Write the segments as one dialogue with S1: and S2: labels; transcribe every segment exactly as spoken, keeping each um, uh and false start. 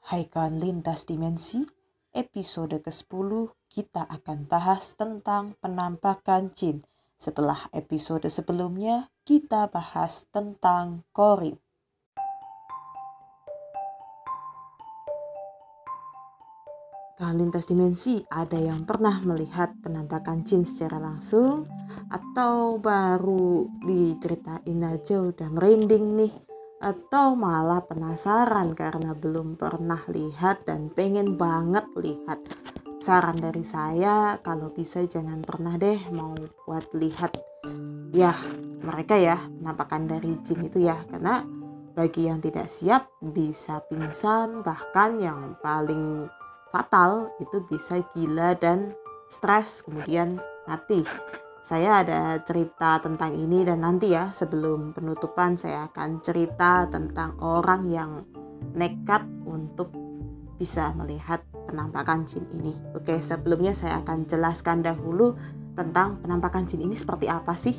S1: Haikan Lintas Dimensi, episode kesepuluh kita akan bahas tentang penampakan jin. Setelah episode sebelumnya, kita bahas tentang Qorin. Haikan Lintas Dimensi, ada yang pernah melihat penampakan jin secara langsung? Atau baru diceritain aja udah merinding nih? Atau malah penasaran karena belum pernah lihat dan pengen banget lihat? Saran dari saya, kalau bisa jangan pernah deh mau buat lihat ya mereka ya, penampakan dari jin itu ya, karena bagi yang tidak siap bisa pingsan, bahkan yang paling fatal itu bisa gila dan stres kemudian mati. Saya ada cerita tentang ini dan nanti ya sebelum penutupan saya akan cerita tentang orang yang nekat untuk bisa melihat penampakan jin ini. Oke, sebelumnya saya akan jelaskan dahulu tentang penampakan jin ini seperti apa sih.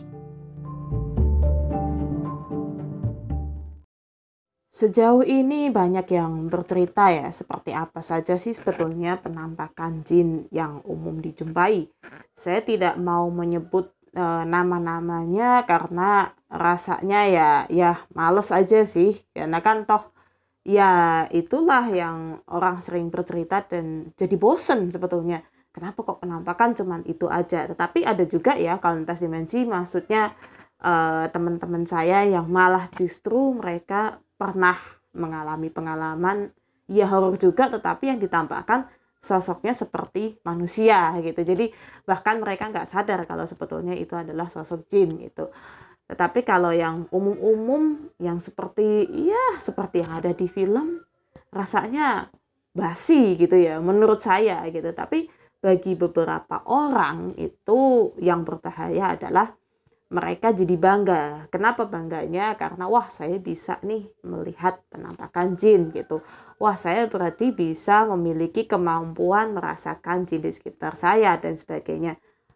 S1: Sejauh ini banyak yang bercerita ya seperti apa saja sih sebetulnya penampakan jin yang umum dijumpai. Saya tidak mau menyebut e, nama-namanya karena rasanya ya ya males aja sih, karena kan toh ya itulah yang orang sering bercerita dan jadi bosen sebetulnya. Kenapa kok penampakan cuman itu aja? Tetapi ada juga ya kalau lintas dimensi, maksudnya uh, teman-teman saya yang malah justru mereka pernah mengalami pengalaman ya horor juga, tetapi yang ditampakkan sosoknya seperti manusia gitu. Jadi bahkan mereka nggak sadar kalau sebetulnya itu adalah sosok jin gitu. Tetapi kalau yang umum-umum, yang seperti ya seperti yang ada di film, rasanya basi gitu ya menurut saya gitu. Tapi bagi beberapa orang itu yang berbahaya adalah mereka jadi bangga. Kenapa bangganya? Karena wah saya bisa nih melihat penampakan jin gitu. Wah saya berarti bisa memiliki kemampuan merasakan jin di sekitar saya dan sebagainya.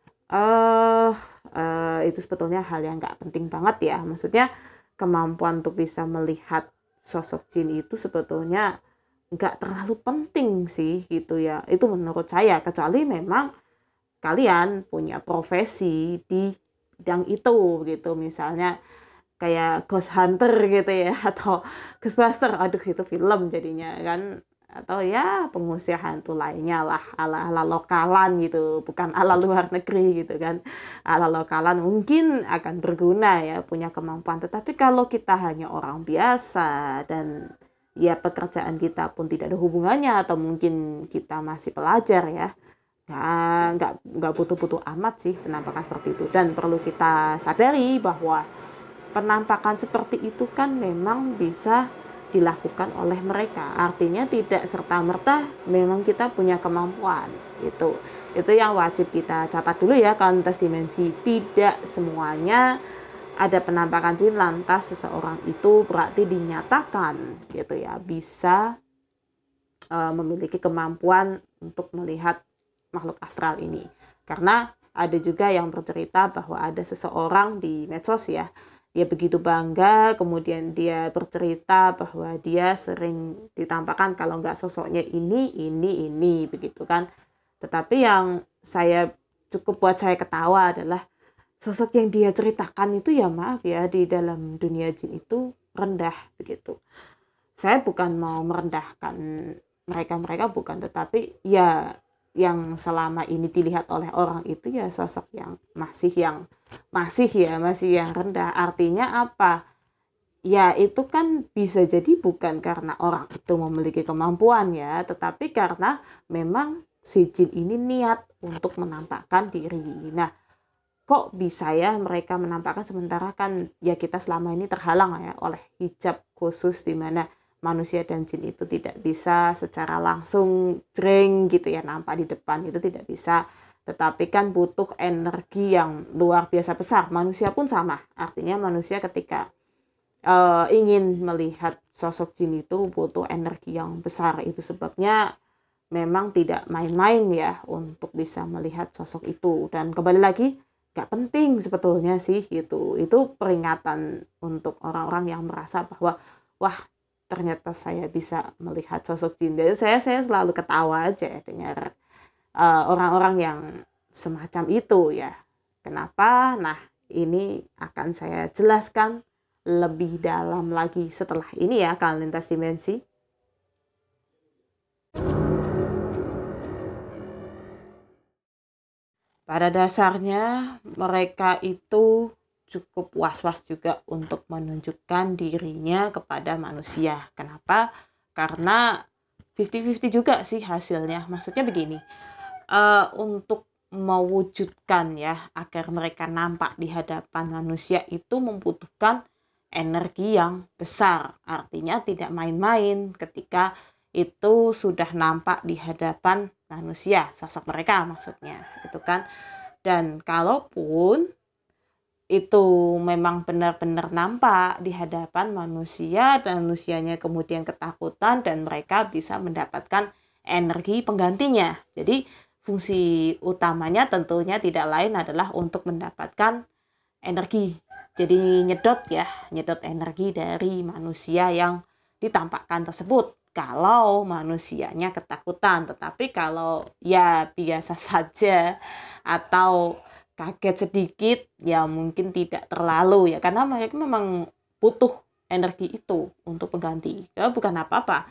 S1: Uh, uh, itu sebetulnya hal yang gak penting banget ya. Maksudnya kemampuan untuk bisa melihat sosok jin itu sebetulnya gak terlalu penting sih gitu ya. Itu menurut saya, kecuali memang kalian punya profesi di bidang itu gitu, misalnya kayak Ghost Hunter gitu ya, atau Ghostbuster, aduh itu film jadinya kan, atau ya pengusir hantu lainnya lah ala-ala lokalan gitu, bukan ala luar negeri gitu kan. Ala lokalan mungkin akan berguna ya, punya kemampuan. Tetapi kalau kita hanya orang biasa dan ya pekerjaan kita pun tidak ada hubungannya, atau mungkin kita masih pelajar ya, nggak nggak nggak butuh-butuh amat sih penampakan seperti itu. Dan perlu kita sadari bahwa penampakan seperti itu kan memang bisa dilakukan oleh mereka, artinya tidak serta-merta memang kita punya kemampuan itu itu yang wajib kita catat dulu ya. Kalau lintas dimensi, tidak semuanya ada penampakan jin lantas seseorang itu berarti dinyatakan gitu ya bisa uh, memiliki kemampuan untuk melihat makhluk astral ini. Karena ada juga yang bercerita bahwa ada seseorang di medsos ya, dia begitu bangga, kemudian dia bercerita bahwa dia sering ditampakkan kalau nggak sosoknya ini, ini, ini, begitu kan. Tetapi yang saya cukup buat saya ketawa adalah sosok yang dia ceritakan itu ya maaf ya, di dalam dunia jin itu rendah begitu. Saya bukan mau merendahkan mereka-mereka, bukan, tetapi ya yang selama ini dilihat oleh orang itu ya sosok yang masih yang masih ya masih yang rendah. Artinya apa? Ya itu kan bisa jadi bukan karena orang itu memiliki kemampuan ya, tetapi karena memang si jin ini niat untuk menampakkan diri. Nah, kok bisa ya mereka menampakkan, sementara kan ya kita selama ini terhalang ya oleh hijab khusus di mana manusia dan jin itu tidak bisa secara langsung jreng gitu ya nampak di depan, itu tidak bisa. Tetapi kan butuh energi yang luar biasa besar. Manusia pun sama, artinya manusia ketika uh, ingin melihat sosok jin itu butuh energi yang besar. Itu sebabnya memang tidak main-main ya untuk bisa melihat sosok itu. Dan kembali lagi, gak penting sebetulnya sih gitu. Itu peringatan untuk orang-orang yang merasa bahwa wah ternyata saya bisa melihat sosok jin. Jadi saya saya selalu ketawa aja dengar uh, orang-orang yang semacam itu ya. Kenapa? Nah, ini akan saya jelaskan lebih dalam lagi setelah ini ya, Kawan Lintas Dimensi. Pada dasarnya mereka itu cukup was-was juga untuk menunjukkan dirinya kepada manusia. Kenapa? Karena lima puluh lima puluh juga sih hasilnya. Maksudnya begini, uh, untuk mewujudkan ya agar mereka nampak di hadapan manusia itu membutuhkan energi yang besar. Artinya tidak main-main ketika itu sudah nampak di hadapan manusia, sosok mereka maksudnya, itu kan. Dan kalaupun itu memang benar-benar nampak di hadapan manusia dan manusianya kemudian ketakutan dan mereka bisa mendapatkan energi penggantinya. Jadi fungsi utamanya tentunya tidak lain adalah untuk mendapatkan energi. Jadi nyedot ya, nyedot energi dari manusia yang ditampakkan tersebut. Kalau manusianya ketakutan, tetapi kalau ya biasa saja atau kaget sedikit ya mungkin tidak terlalu ya, karena mereka memang butuh energi itu untuk pengganti ya, bukan apa-apa.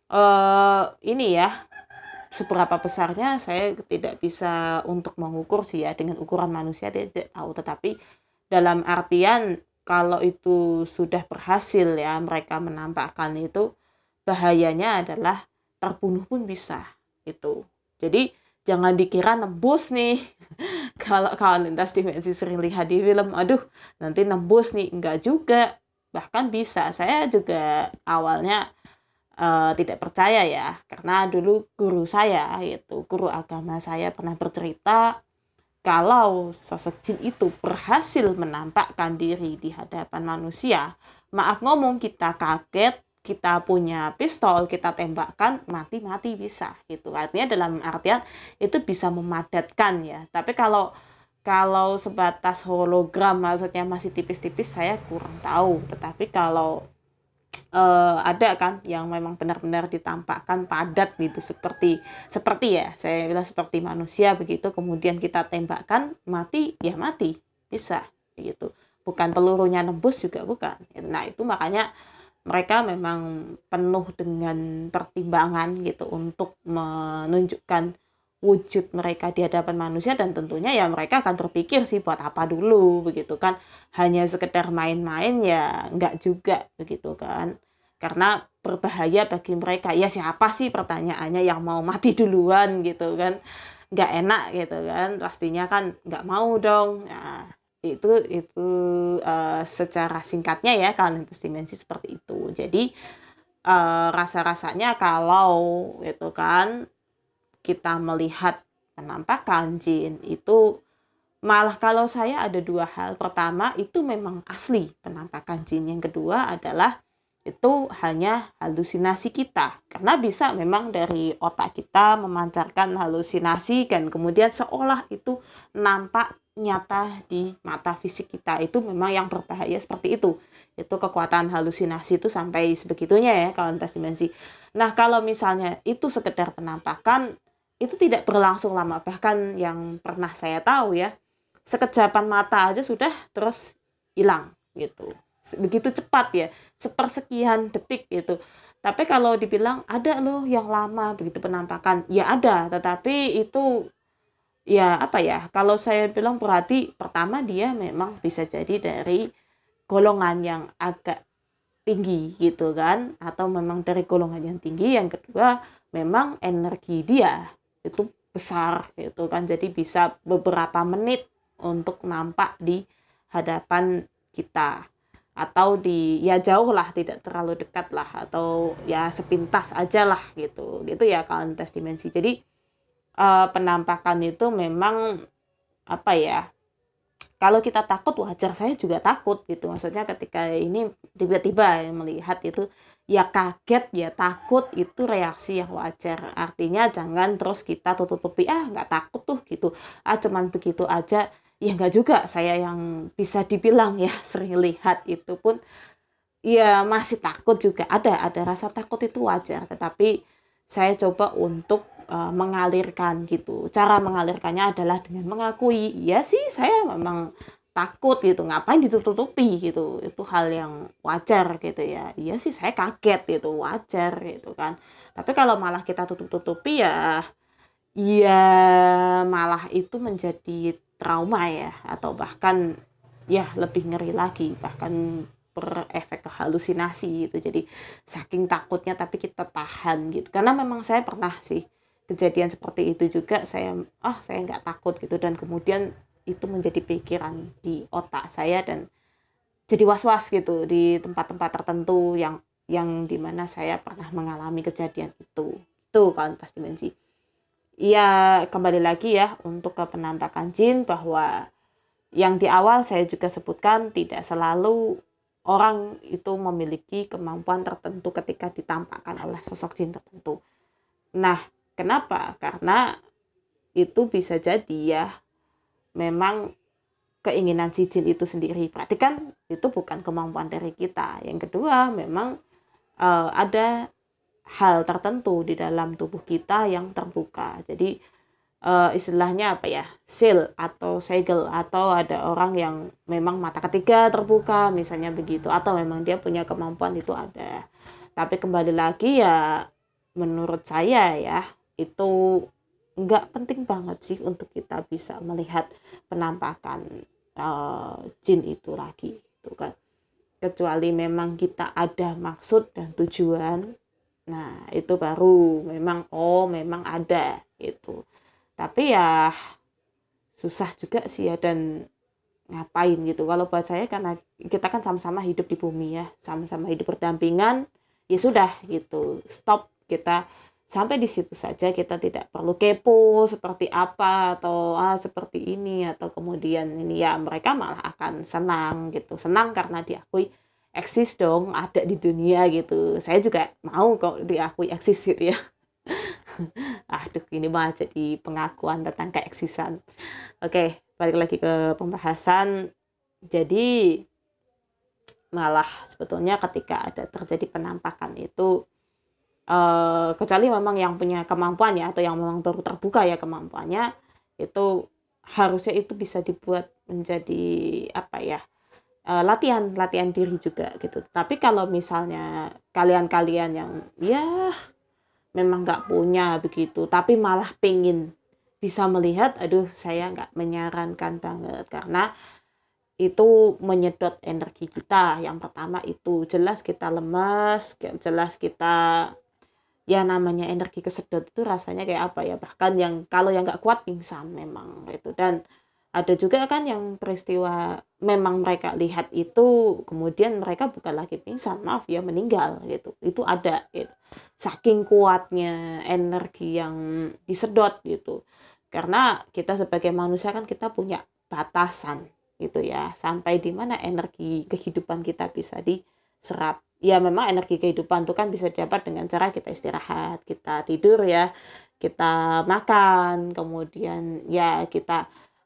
S1: Uh, ini ya seberapa besarnya saya tidak bisa untuk mengukur sih ya, dengan ukuran manusia tidak tahu, tetapi dalam artian kalau itu sudah berhasil ya mereka menampakkan itu, bahayanya adalah terbunuh pun bisa itu. Jadi jangan dikira nembus nih. Kalau Kawan Lintas Dimensi sering lihat di film, aduh nanti nembus nih, enggak juga. Bahkan bisa. Saya juga awalnya uh, tidak percaya ya, karena dulu guru saya, yaitu guru agama saya pernah bercerita kalau sosok jin itu berhasil menampakkan diri di hadapan manusia, maaf ngomong kita kaget, kita punya pistol, kita tembakkan, mati-mati bisa gitu. Artinya dalam artian itu bisa memadatkan ya. Tapi kalau kalau sebatas hologram maksudnya masih tipis-tipis saya kurang tahu. Tetapi kalau uh, ada kan yang memang benar-benar ditampakkan padat gitu, seperti seperti ya saya bilang seperti manusia begitu, kemudian kita tembakkan mati ya mati bisa gitu, bukan pelurunya nembus juga bukan. Nah itu makanya mereka memang penuh dengan pertimbangan gitu untuk menunjukkan wujud mereka di hadapan manusia, dan tentunya ya mereka akan berpikir sih buat apa dulu begitu kan, hanya sekedar main-main ya enggak juga begitu kan, karena berbahaya bagi mereka. Ya siapa sih pertanyaannya yang mau mati duluan gitu kan, nggak enak gitu kan, pastinya kan nggak mau dong. Nah, itu itu uh, secara singkatnya ya Kawan Lintas Dimensi seperti itu. Jadi uh, rasa-rasanya kalau itu kan kita melihat penampakan jin itu, malah kalau saya ada dua hal. Pertama itu memang asli penampakan jin, yang kedua adalah itu hanya halusinasi kita, karena bisa memang dari otak kita memancarkan halusinasi dan kemudian seolah itu nampak nyata di mata fisik kita. Itu memang yang berbahaya seperti itu. Itu kekuatan halusinasi itu sampai sebegitunya ya Kawan Lintas Dimensi. Nah kalau misalnya itu sekedar penampakan, itu tidak berlangsung lama. Bahkan yang pernah saya tahu ya, sekejapan mata aja sudah terus hilang gitu. Begitu cepat ya, sepersekian detik gitu. Tapi kalau dibilang ada loh yang lama begitu penampakan, ya ada, tetapi itu ya apa ya, kalau saya bilang berarti pertama dia memang bisa jadi dari golongan yang agak tinggi gitu kan, atau memang dari golongan yang tinggi. Yang kedua memang energi dia itu besar gitu kan, jadi bisa beberapa menit untuk nampak di hadapan kita, atau di ya jauh lah, tidak terlalu dekat lah, atau ya sepintas aja lah gitu gitu ya Kawan Lintas Dimensi. Jadi uh, penampakan itu memang apa ya, kalau kita takut wajar, saya juga takut gitu. Maksudnya ketika ini tiba-tiba melihat itu ya kaget ya takut, itu reaksi yang wajar. Artinya jangan terus kita tutup-tutupi, ah nggak takut tuh gitu, ah cuman begitu aja. Ya nggak juga, saya yang bisa dibilang ya sering lihat itu pun ya masih takut juga, ada ada rasa takut itu wajar, tetapi saya coba untuk, eee, mengalirkan gitu. Cara mengalirkannya adalah dengan mengakui, "Iya sih saya memang takut," gitu, "ngapain ditutup-tutupi," gitu. Itu hal yang wajar gitu ya. "Iya sih saya kaget," gitu, wajar gitu kan. Tapi kalau malah kita tutup-tutupi ya ya malah itu menjadi trauma ya, atau bahkan ya lebih ngeri lagi, bahkan berefek ke halusinasi gitu. Jadi saking takutnya tapi kita tahan gitu. Karena memang saya pernah sih kejadian seperti itu juga, saya ah saya nggak takut gitu, dan kemudian itu menjadi pikiran di otak saya dan jadi was-was gitu di tempat-tempat tertentu yang yang dimana saya pernah mengalami kejadian itu. Itu kan pas dimensi. Iya, kembali lagi ya untuk ke penampakan jin, bahwa yang di awal saya juga sebutkan tidak selalu orang itu memiliki kemampuan tertentu ketika ditampakkan oleh sosok jin tertentu. Nah, kenapa? Karena itu bisa jadi ya memang keinginan si jin itu sendiri. Berarti kan itu bukan kemampuan dari kita. Yang kedua, memang uh, ada hal tertentu di dalam tubuh kita yang terbuka. Jadi uh, istilahnya apa ya, seal atau segel, atau ada orang yang memang mata ketiga terbuka misalnya begitu, atau memang dia punya kemampuan itu ada. Tapi kembali lagi ya, menurut saya ya itu nggak penting banget sih untuk kita bisa melihat penampakan uh, jin itu lagi gitu kan, kecuali memang kita ada maksud dan tujuan. Nah itu baru memang oh memang ada itu. Tapi ya susah juga sih ya, dan ngapain gitu. Kalau buat saya, karena kita kan sama-sama hidup di bumi ya, sama-sama hidup berdampingan, ya sudah gitu, stop, kita sampai di situ saja. Kita tidak perlu kepo seperti apa atau ah seperti ini, atau kemudian ini ya mereka malah akan senang gitu, senang karena diakui eksis dong, ada di dunia gitu. Saya juga mau kok diakui eksis gitu ya. Aduh, ini mah jadi pengakuan tentang keeksisan. Oke, balik lagi ke pembahasan. Jadi malah sebetulnya ketika ada terjadi penampakan itu, eh, kecuali memang yang punya kemampuan ya, atau yang memang baru terbuka ya kemampuannya, itu harusnya itu bisa dibuat menjadi apa ya, eh, latihan latihan diri juga gitu. Tapi kalau misalnya kalian-kalian yang ya memang nggak punya begitu, tapi malah pengen bisa melihat, aduh saya nggak menyarankan banget, karena itu menyedot energi kita. Yang pertama itu jelas kita lemas, jelas kita ya namanya energi kesedot itu rasanya kayak apa ya, bahkan yang kalau yang nggak kuat pingsan memang itu. Dan ada juga kan yang peristiwa memang mereka lihat itu kemudian mereka bukan lagi pingsan, maaf ya, meninggal gitu. Itu ada gitu. Saking kuatnya energi yang disedot gitu. Karena kita sebagai manusia kan kita punya batasan gitu ya, sampai di mana energi kehidupan kita bisa diserap. Ya memang energi kehidupan itu kan bisa dapat dengan cara kita istirahat, kita tidur ya, kita makan, kemudian ya kita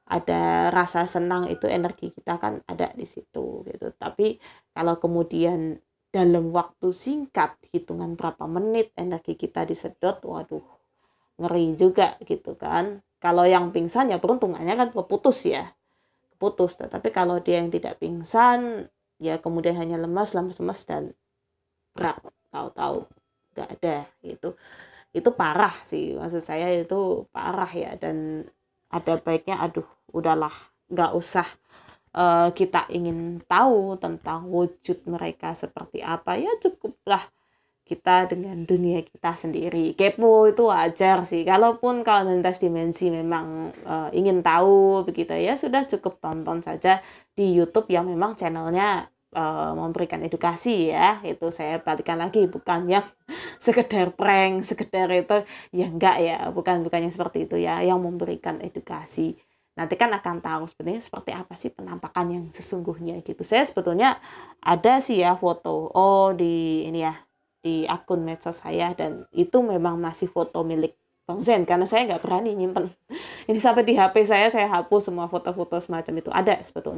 S1: ada rasa senang, itu energi kita kan ada di situ gitu. Tapi kalau kemudian dalam waktu singkat, hitungan berapa menit energi kita disedot, waduh ngeri juga gitu kan. Kalau yang pingsan ya peruntungannya kan keputus ya, keputus. Tapi kalau dia yang tidak pingsan ya kemudian hanya lemas, lemas-lemas dan berat, tahu-tahu nggak ada gitu. Itu parah sih, maksud saya itu parah ya. Dan ada baiknya aduh udahlah, nggak usah uh, kita ingin tahu tentang wujud mereka seperti apa, ya cukuplah kita dengan dunia kita sendiri. Kepo itu wajar sih, kalaupun kalau lintas dimensi memang uh, ingin tahu begitu ya, sudah cukup tonton saja di YouTube yang memang channelnya uh, memberikan edukasi ya. Itu saya balikan lagi, bukan yang sekedar prank, sekedar itu ya enggak ya, bukan bukan yang seperti itu ya, yang memberikan edukasi. Nanti kan akan tahu sebenarnya seperti apa sih penampakan yang sesungguhnya gitu. Saya sebetulnya ada sih ya foto, oh di ini ya, di akun medsos saya, dan itu memang masih foto milik Bang Zen, karena saya nggak berani nyimpen. Ini sampai di H P saya, saya hapus semua foto-foto semacam itu. Ada sebetulnya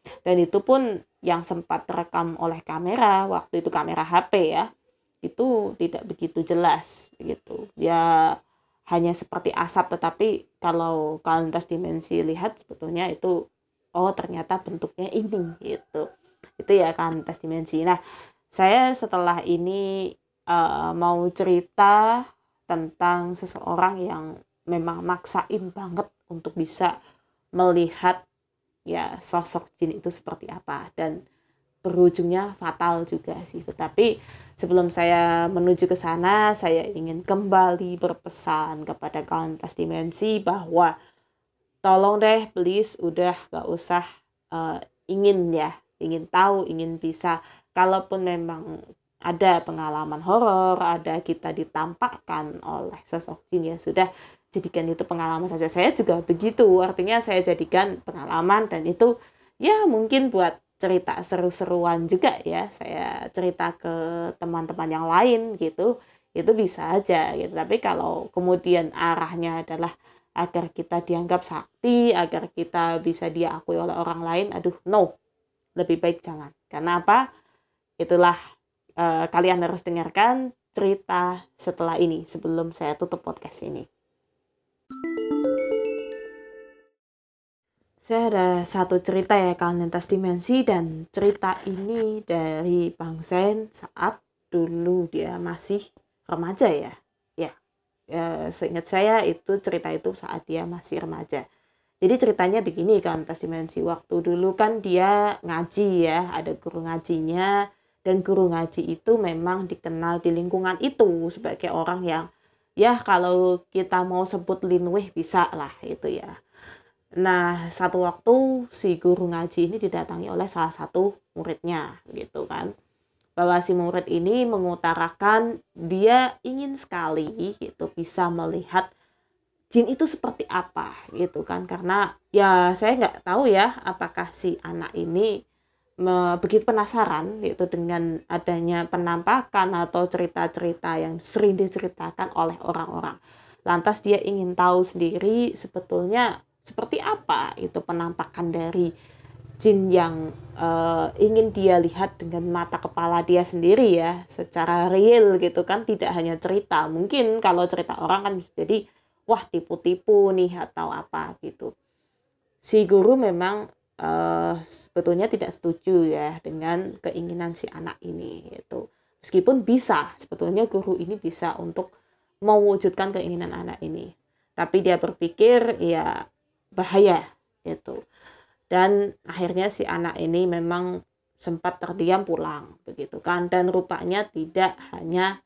S1: Dan itu pun yang sempat terekam oleh kamera, waktu itu kamera H P ya, itu tidak begitu jelas gitu. Ya hanya seperti asap, tetapi kalau kalau lintas dimensi lihat sebetulnya itu oh ternyata bentuknya ini gitu. Itu ya kan lintas dimensi. Nah, saya setelah ini uh, mau cerita tentang seseorang yang memang maksain banget untuk bisa melihat ya sosok jin itu seperti apa, dan berujungnya fatal juga sih. Tetapi sebelum saya menuju ke sana, saya ingin kembali berpesan kepada kawan lintas dimensi bahwa tolong deh please udah gak usah uh, ingin ya, ingin tahu, ingin bisa. Kalaupun memang ada pengalaman horor, ada kita ditampakkan oleh sosok jin, ya sudah, jadikan itu pengalaman saja. Saya juga begitu, artinya saya jadikan pengalaman, dan itu ya mungkin buat cerita seru-seruan juga ya, saya cerita ke teman-teman yang lain gitu, itu bisa aja gitu. Tapi kalau kemudian arahnya adalah agar kita dianggap sakti, agar kita bisa diakui oleh orang lain, aduh no, lebih baik jangan. Karena apa? Itulah eh, kalian harus dengarkan cerita setelah ini sebelum saya tutup podcast ini. Saya ada satu cerita ya kawan lintas dimensi, dan cerita ini dari Bang Sen saat dulu dia masih remaja ya. Ya, ya seingat saya itu cerita itu saat dia masih remaja. Jadi ceritanya begini kan lintas dimensi, waktu dulu kan dia ngaji ya, ada guru ngajinya, dan guru ngaji itu memang dikenal di lingkungan itu sebagai orang yang ya kalau kita mau sebut linwih bisa lah itu ya. Nah, satu waktu si guru ngaji ini didatangi oleh salah satu muridnya gitu kan. Bahwa si murid ini mengutarakan dia ingin sekali gitu bisa melihat jin itu seperti apa gitu kan. Karena ya saya nggak tahu ya apakah si anak ini me, begitu penasaran gitu dengan adanya penampakan atau cerita-cerita yang sering diceritakan oleh orang-orang. Lantas dia ingin tahu sendiri sebetulnya seperti apa itu penampakan dari jin yang uh, ingin dia lihat dengan mata kepala dia sendiri ya, secara real gitu kan, tidak hanya cerita. Mungkin kalau cerita orang kan bisa jadi wah tipu-tipu nih atau apa gitu. Si guru memang uh, sebetulnya tidak setuju ya dengan keinginan si anak ini gitu. Meskipun bisa, sebetulnya guru ini bisa untuk mewujudkan keinginan anak ini. Tapi dia berpikir ya bahaya gitu. Dan akhirnya si anak ini memang sempat terdiam pulang begitu kan, dan rupanya tidak hanya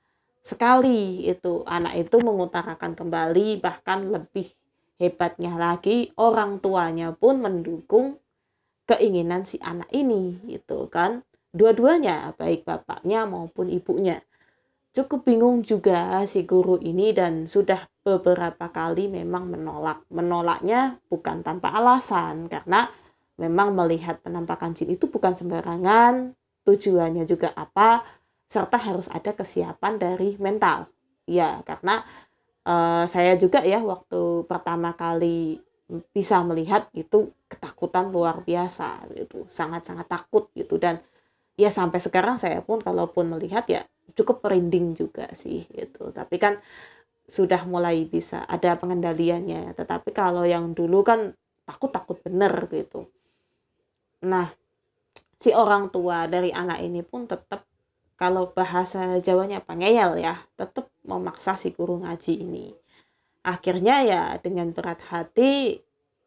S1: sekali itu anak itu mengutarakan kembali, bahkan lebih hebatnya lagi orang tuanya pun mendukung keinginan si anak ini gitu kan, dua-duanya baik bapaknya maupun ibunya. Cukup bingung juga si guru ini, dan sudah beberapa kali memang menolak. Menolaknya bukan tanpa alasan, karena memang melihat penampakan jin itu bukan sembarangan, tujuannya juga apa, serta harus ada kesiapan dari mental. Ya, karena uh, saya juga ya waktu pertama kali bisa melihat itu ketakutan luar biasa gitu, sangat-sangat takut gitu. Dan ya sampai sekarang saya pun kalaupun melihat ya cukup merinding juga sih gitu. Tapi kan sudah mulai bisa ada pengendaliannya. Tetapi kalau yang dulu kan takut-takut bener gitu. Nah, si orang tua dari anak ini pun tetap, kalau bahasa Jawanya apa, ngeyel ya, tetap memaksa si guru ngaji ini. Akhirnya ya dengan berat hati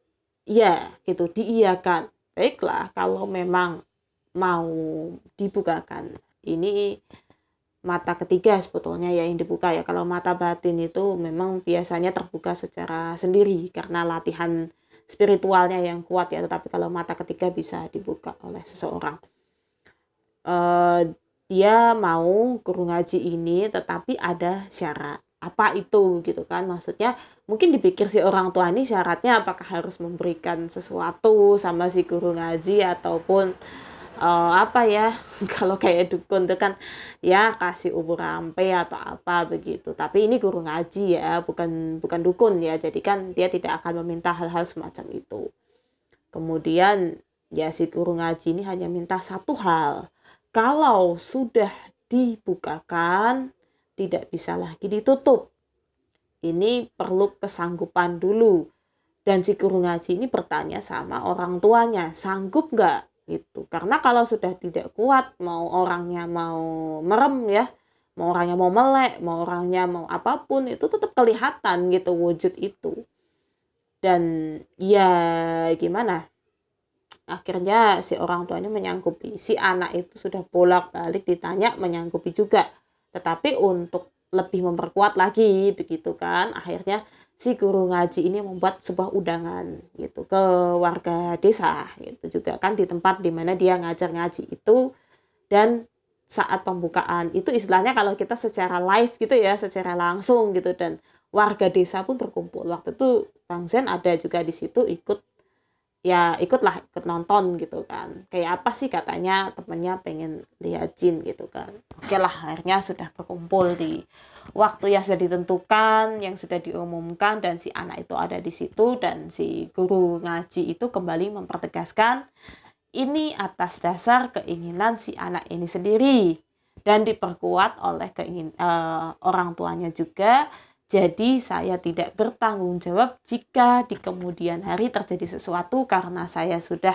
S1: ya gitu diiyakan. Baiklah kalau memang mau dibukakan. Ini mata ketiga sebetulnya ya yang dibuka ya. Kalau mata batin itu memang biasanya terbuka secara sendiri karena latihan spiritualnya yang kuat ya. Tetapi kalau mata ketiga bisa dibuka oleh seseorang. Uh, dia mau guru ngaji ini, tetapi ada syarat. Apa itu gitu kan? Maksudnya mungkin dipikir si orang tua ini syaratnya apakah harus memberikan sesuatu sama si guru ngaji, ataupun uh, apa ya, kalau kayak dukun itu kan ya kasih umur rampe atau apa begitu. Tapi ini guru ngaji ya, bukan bukan dukun ya, jadi kan dia tidak akan meminta hal-hal semacam itu. Kemudian Ya si guru ngaji ini hanya minta satu hal, kalau sudah dibukakan tidak bisa lagi ditutup. Ini perlu kesanggupan dulu. Dan si guru ngaji ini bertanya sama orang tuanya, sanggup nggak? Gitu. Karena kalau sudah tidak kuat, mau orangnya mau merem ya, mau orangnya mau melek, mau orangnya mau apapun, itu tetap kelihatan gitu wujud itu. Dan ya gimana? Akhirnya si orang tuanya menyanggupi. Si anak itu sudah bolak-balik ditanya, menyanggupi juga. Tetapi untuk lebih memperkuat lagi begitu kan, akhirnya si guru ngaji ini membuat sebuah undangan gitu ke warga desa gitu juga kan, di tempat dimana dia ngajar ngaji itu. Dan saat pembukaan itu istilahnya kalau kita secara live gitu ya, secara langsung gitu, dan warga desa pun berkumpul. Waktu itu Bang Zen ada juga di situ, ikut ya ikutlah ikut nonton gitu kan, kayak apa sih katanya temennya pengen lihat jin gitu kan. Oke lah, akhirnya sudah berkumpul di waktu yang sudah ditentukan, yang sudah diumumkan, dan si anak itu ada di situ. Dan si guru ngaji itu kembali mempertegaskan ini atas dasar keinginan si anak ini sendiri dan diperkuat oleh keingin uh, orang tuanya juga. Jadi saya tidak bertanggung jawab jika di kemudian hari terjadi sesuatu, karena saya sudah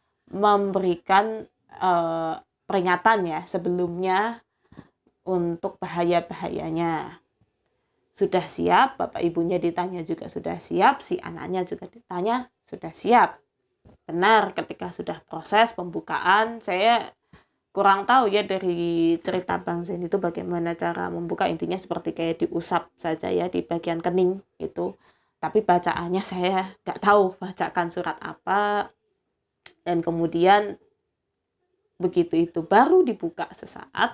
S1: memberikan uh, peringatan ya sebelumnya untuk bahaya-bahayanya. Sudah siap, bapak ibunya ditanya juga sudah siap, si anaknya juga ditanya sudah siap. Benar, ketika sudah proses pembukaan, saya kurang tahu ya dari cerita Bang Zen itu bagaimana cara membuka, intinya seperti kayak diusap saja ya di bagian kening itu. Tapi bacaannya saya nggak tahu bacakan surat apa. Dan kemudian begitu itu baru dibuka sesaat,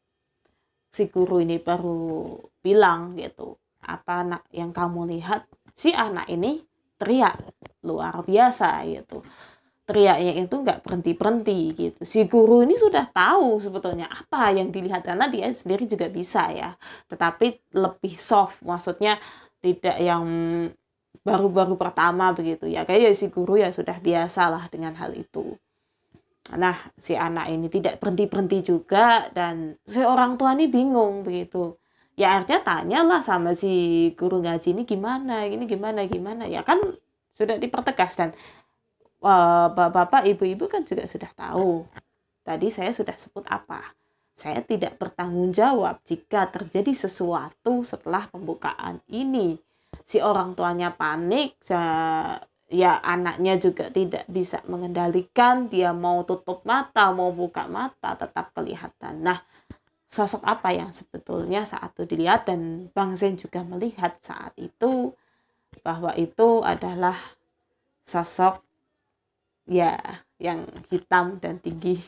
S1: si guru ini baru bilang gitu, apa nak yang kamu lihat? Si anak ini teriak luar biasa gitu. Teriaknya itu nggak berhenti-berhenti gitu. Si guru ini sudah tahu sebetulnya apa yang dilihat, karena dia sendiri juga bisa ya. Tetapi lebih soft, maksudnya tidak yang baru-baru pertama begitu ya. Kayak si guru ya sudah biasa lah dengan hal itu. Nah, si anak ini tidak berhenti-berhenti juga, dan si orang tua ini bingung begitu. Ya akhirnya tanyalah sama si guru ngaji ini gimana, ini gimana, gimana. Ya kan sudah dipertegas, dan bapak-bapak, ibu-ibu kan juga sudah tahu. Tadi saya sudah sebut apa? Saya tidak bertanggung jawab jika terjadi sesuatu setelah pembukaan ini. Si orang tuanya panik, ya anaknya juga tidak bisa mengendalikan. Dia mau tutup mata, mau buka mata, tetap kelihatan. Nah, sosok apa yang sebetulnya saat itu dilihat, dan Bang Zen juga melihat saat itu bahwa itu adalah sosok ya yang hitam dan tinggi.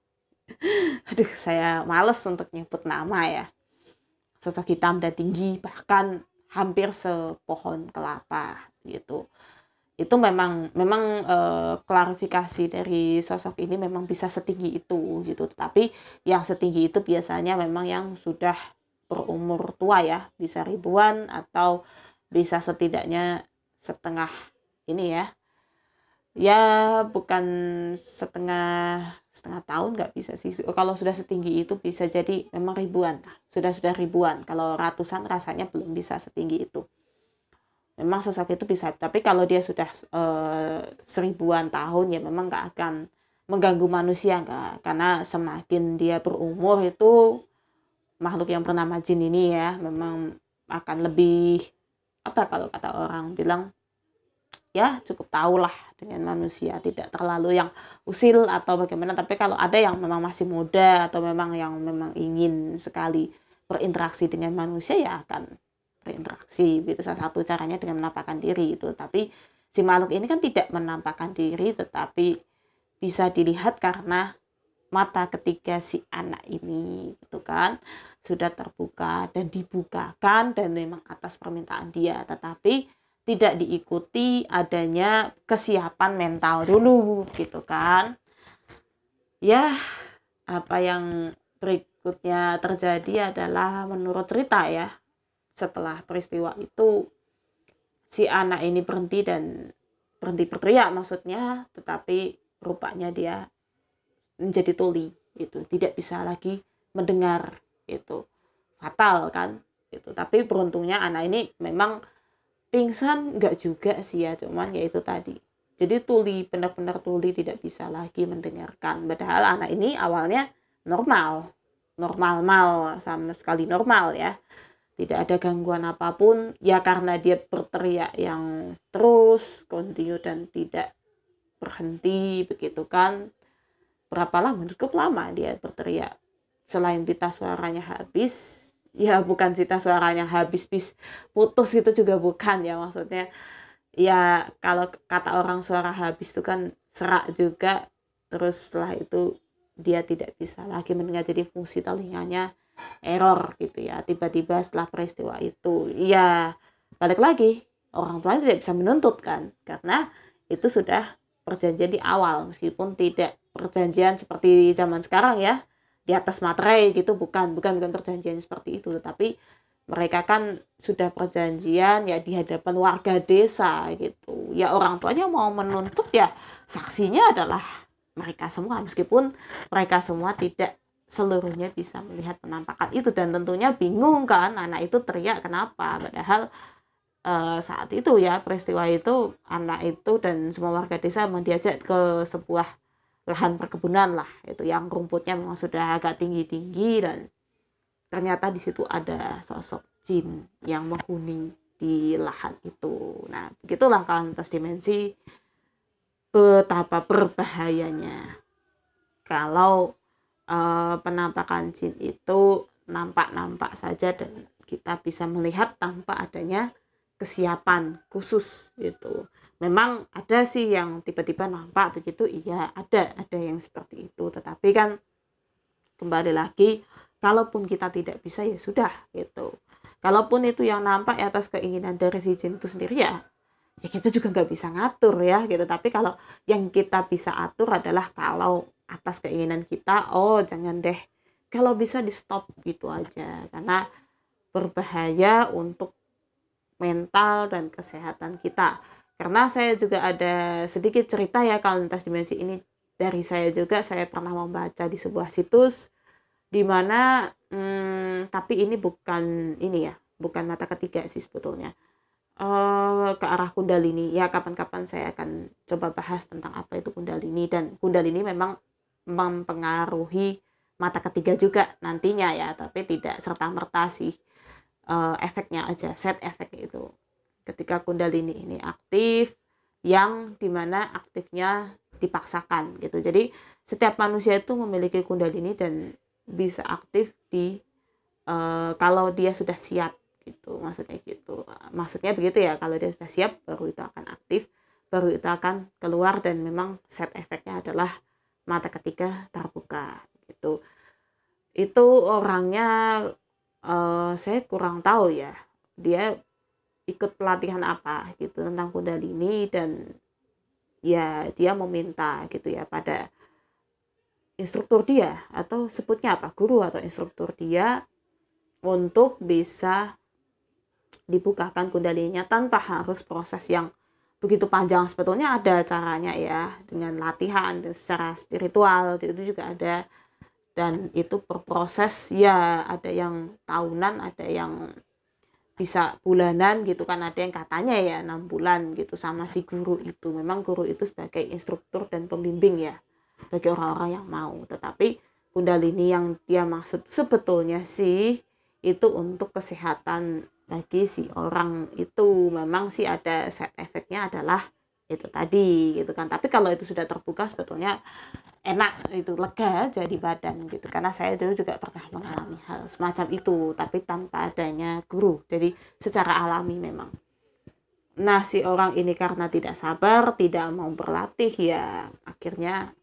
S1: Aduh, saya males untuk nyebut nama ya. Sosok hitam dan tinggi, bahkan hampir sepohon kelapa gitu. Itu memang memang e, klarifikasi dari sosok ini memang bisa setinggi itu gitu. Tapi yang setinggi itu biasanya memang yang sudah berumur tua ya, bisa ribuan atau bisa setidaknya setengah ini ya. Ya bukan setengah setengah tahun, nggak bisa sih. Kalau sudah setinggi itu bisa jadi memang ribuan, sudah sudah ribuan. Kalau ratusan rasanya belum bisa setinggi itu. Memang sosok itu bisa, tapi kalau dia sudah e, seribuan tahun ya memang nggak akan mengganggu manusia, nggak. Karena semakin dia berumur itu, makhluk yang bernama jin ini ya memang akan lebih, apa kalau kata orang bilang, ya cukup tahulah dengan manusia, tidak terlalu yang usil atau bagaimana. Tapi kalau ada yang memang masih muda atau memang yang memang ingin sekali berinteraksi dengan manusia, ya akan berinteraksi. Itu salah satu caranya dengan menampakkan diri itu. Tapi si makhluk ini kan tidak menampakkan diri, tetapi bisa dilihat karena mata ketiga si anak ini gitu kan sudah terbuka dan dibukakan, dan memang atas permintaan dia. Tetapi tidak diikuti adanya kesiapan mental dulu gitu kan. Ya, apa yang berikutnya terjadi adalah menurut cerita ya, setelah peristiwa itu si anak ini berhenti dan berhenti berteriak maksudnya, tetapi rupanya dia menjadi tuli, itu tidak bisa lagi mendengar, itu fatal kan itu. Tapi beruntungnya anak ini memang pingsan enggak juga sih ya, cuman ya itu tadi, jadi tuli, benar-benar tuli, tidak bisa lagi mendengarkan. Padahal anak ini awalnya normal, normal mal sama sekali normal ya, tidak ada gangguan apapun ya, karena dia berteriak yang terus continue dan tidak berhenti begitu kan. Berapa lama? Cukup lama dia berteriak. Selain pita suaranya habis, ya bukan pita suaranya habis bis putus itu juga bukan ya, maksudnya ya kalau kata orang suara habis itu kan serak juga, terus setelah itu dia tidak bisa lagi mendengar, jadi fungsi telinganya error gitu ya, tiba-tiba setelah peristiwa itu. Ya balik lagi, orang tua tidak bisa menuntut kan, karena itu sudah perjanjian di awal, meskipun tidak perjanjian seperti zaman sekarang ya, di atas materai gitu, bukan bukan bukan perjanjian seperti itu, tetapi mereka kan sudah perjanjian ya di hadapan warga desa gitu ya. Orang tuanya mau menuntut ya saksinya adalah mereka semua, meskipun mereka semua tidak seluruhnya bisa melihat penampakan itu, dan tentunya bingung kan, anak itu teriak kenapa, padahal eh, saat itu ya peristiwa itu anak itu dan semua warga desa memang diajak ke sebuah lahan perkebunan lah, itu yang rumputnya memang sudah agak tinggi-tinggi, dan ternyata di situ ada sosok jin yang menghuni di lahan itu. Nah, begitulah kan lintas dimensi, betapa berbahayanya kalau uh, penampakan jin itu nampak-nampak saja dan kita bisa melihat tanpa adanya kesiapan khusus gitu. Memang ada sih yang tiba-tiba nampak begitu, iya ada, ada yang seperti itu. Tetapi kan kembali lagi, kalaupun kita tidak bisa ya sudah gitu. Kalaupun itu yang nampak ya atas keinginan dari si jin itu sendiri ya, ya kita juga nggak bisa ngatur ya gitu. Tapi kalau yang kita bisa atur adalah kalau atas keinginan kita, oh jangan deh, kalau bisa di stop gitu aja, karena berbahaya untuk mental dan kesehatan kita. Karena saya juga ada sedikit cerita ya kalau lintas dimensi ini dari saya juga. Saya pernah membaca di sebuah situs di mana hmm, tapi ini bukan ini ya, bukan mata ketiga sih sebetulnya, uh, ke arah kundalini ya. Kapan-kapan saya akan coba bahas tentang apa itu kundalini, dan kundalini memang mempengaruhi mata ketiga juga nantinya ya, tapi tidak serta-merta sih, uh, efeknya aja, set efeknya itu ketika kundalini ini aktif, yang dimana aktifnya dipaksakan gitu. Jadi setiap manusia itu memiliki kundalini dan bisa aktif di uh, kalau dia sudah siap gitu, maksudnya gitu, maksudnya begitu ya, kalau dia sudah siap baru itu akan aktif, baru itu akan keluar, dan memang set efeknya adalah mata ketiga terbuka gitu. Itu orangnya uh, saya kurang tahu ya, dia ikut pelatihan apa gitu tentang kundalini, dan ya dia meminta gitu ya pada instruktur dia, atau sebutnya apa, guru atau instruktur dia, untuk bisa dibukakan kundalininya tanpa harus proses yang begitu panjang. Sebetulnya ada caranya ya, dengan latihan secara spiritual itu juga ada, dan itu berproses ya, ada yang tahunan, ada yang bisa bulanan gitu kan, ada yang katanya ya enam bulan gitu sama si guru itu. Memang guru itu sebagai instruktur dan pembimbing ya bagi orang-orang yang mau. Tetapi kundalini yang dia maksud sebetulnya sih itu untuk kesehatan bagi si orang itu. Memang sih ada side efeknya adalah itu tadi gitu kan, tapi kalau itu sudah terbuka sebetulnya enak, itu lega jadi badan gitu. Karena saya dulu juga pernah mengalami hal semacam itu, tapi tanpa adanya guru, jadi secara alami memang. Nah, si orang ini karena tidak sabar, tidak mau berlatih ya, akhirnya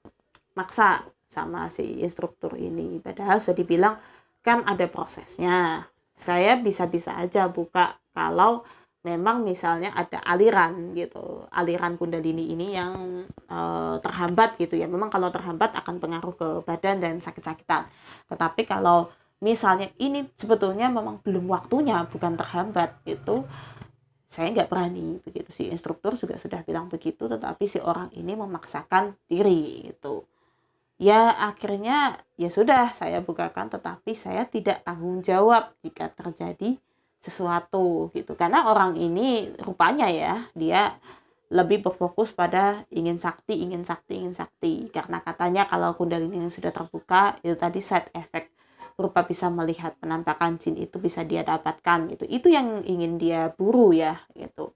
S1: maksa sama si instruktur ini. Padahal sudah dibilang kan ada prosesnya, saya bisa-bisa aja buka kalau memang misalnya ada aliran gitu, aliran kundalini ini yang e, terhambat gitu ya. Memang kalau terhambat akan pengaruh ke badan dan sakit-sakitan. Tetapi kalau misalnya ini sebetulnya memang belum waktunya, bukan terhambat gitu, saya nggak berani begitu. Si instruktur juga sudah bilang begitu, tetapi si orang ini memaksakan diri gitu. Ya akhirnya ya sudah saya bukakan, tetapi saya tidak tanggung jawab jika terjadi sesuatu gitu. Karena orang ini rupanya ya dia lebih berfokus pada ingin sakti, ingin sakti, ingin sakti. Karena katanya kalau kundalini yang sudah terbuka itu tadi side effect berupa bisa melihat penampakan jin itu bisa dia dapatkan gitu. Itu yang ingin dia buru ya gitu.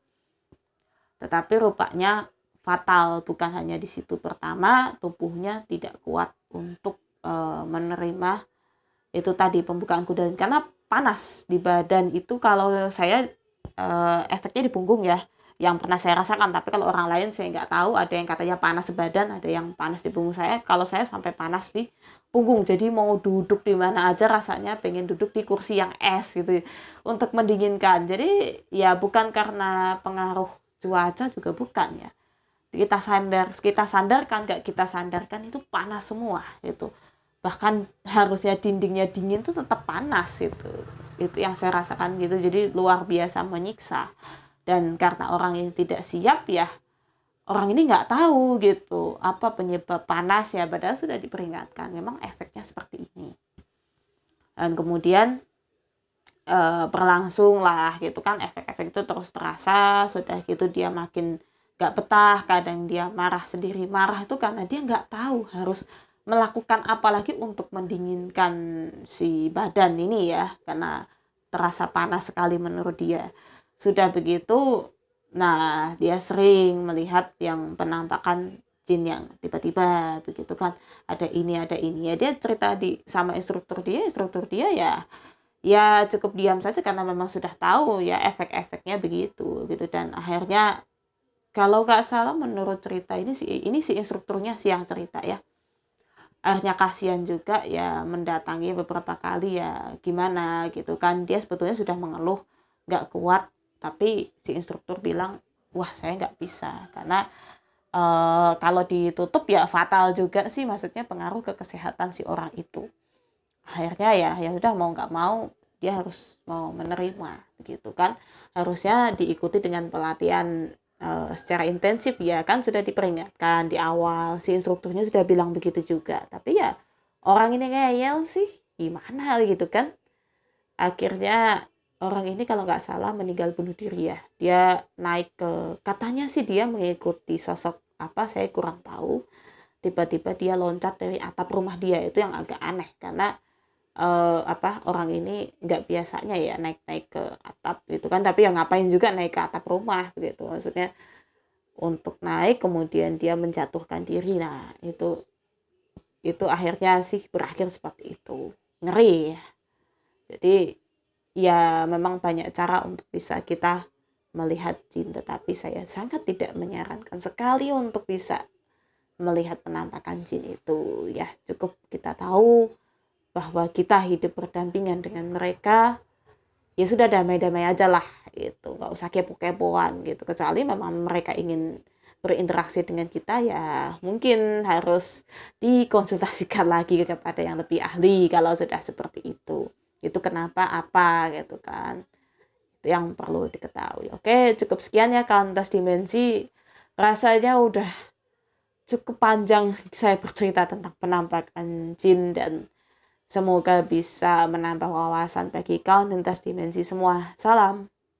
S1: Tetapi rupanya fatal, bukan hanya di situ. Pertama, tubuhnya tidak kuat untuk e, menerima itu tadi pembukaan kundalini karena panas di badan itu. Kalau saya e, efeknya di punggung ya yang pernah saya rasakan, tapi kalau orang lain saya nggak tahu. Ada yang katanya panas sebadan, ada yang panas di punggung. Saya kalau saya sampai panas di punggung, jadi mau duduk di mana aja rasanya pengen duduk di kursi yang es gitu untuk mendinginkan. Jadi ya bukan karena pengaruh cuaca, juga bukan ya, kita sadar kita sandarkan nggak kita sandarkan itu panas semua itu. Bahkan harusnya dindingnya dingin tuh tetap panas itu itu yang saya rasakan gitu. Jadi luar biasa menyiksa. Dan karena orang ini tidak siap ya, orang ini nggak tahu gitu apa penyebab panasnya, padahal sudah diperingatkan memang efeknya seperti ini. Dan kemudian e, berlangsung lah gitu kan, efek-efek itu terus terasa. Sudah gitu dia makin nggak betah, kadang dia marah sendiri. Marah itu karena dia nggak tahu harus melakukan apa lagi untuk mendinginkan si badan ini ya, karena terasa panas sekali menurut dia. Sudah begitu, nah dia sering melihat yang penampakan jin yang tiba-tiba begitu kan, ada ini ada ini ya. Dia cerita di sama instruktur dia, instruktur dia ya ya cukup diam saja karena memang sudah tahu ya efek-efeknya begitu gitu. Dan akhirnya kalau nggak salah menurut cerita ini si ini si instrukturnya sih yang cerita ya, akhirnya kasihan juga ya, mendatangi beberapa kali ya gimana gitu kan. Dia sebetulnya sudah mengeluh nggak kuat, tapi si instruktur bilang wah saya nggak bisa karena e, kalau ditutup ya fatal juga sih, maksudnya pengaruh ke kesehatan si orang itu. Akhirnya ya ya udah mau nggak mau dia harus mau menerima begitu kan. Harusnya diikuti dengan pelatihan e, secara intensif ya kan, sudah diperingatkan di awal, si instrukturnya sudah bilang begitu juga. Tapi ya orang ini ngeyel sih gimana gitu kan. Akhirnya orang ini kalau nggak salah meninggal bunuh diri ya. Dia naik ke, katanya sih dia mengikuti sosok apa saya kurang tahu. Tiba-tiba dia loncat dari atap rumah dia, itu yang agak aneh karena eh, apa orang ini nggak biasanya ya naik-naik ke atap gitu kan. Tapi ya ngapain juga naik ke atap rumah begitu. Maksudnya untuk naik kemudian dia menjatuhkan diri. Nah itu itu akhirnya sih berakhir seperti itu. Ngeri ya. Jadi ya memang banyak cara untuk bisa kita melihat jin, tetapi saya sangat tidak menyarankan sekali untuk bisa melihat penampakan jin itu ya. Cukup kita tahu bahwa kita hidup berdampingan dengan mereka, ya sudah damai-damai aja lah gitu, nggak usah kepo-kepoan gitu. Kecuali memang mereka ingin berinteraksi dengan kita ya mungkin harus dikonsultasikan lagi kepada yang lebih ahli kalau sudah seperti itu. Itu kenapa apa gitu kan, itu yang perlu diketahui. Oke, cukup sekian ya Kawan Lintas Dimensi. Rasanya udah cukup panjang saya bercerita tentang penampakan jin, dan semoga bisa menambah wawasan bagi Kawan Lintas Dimensi semua. Salam.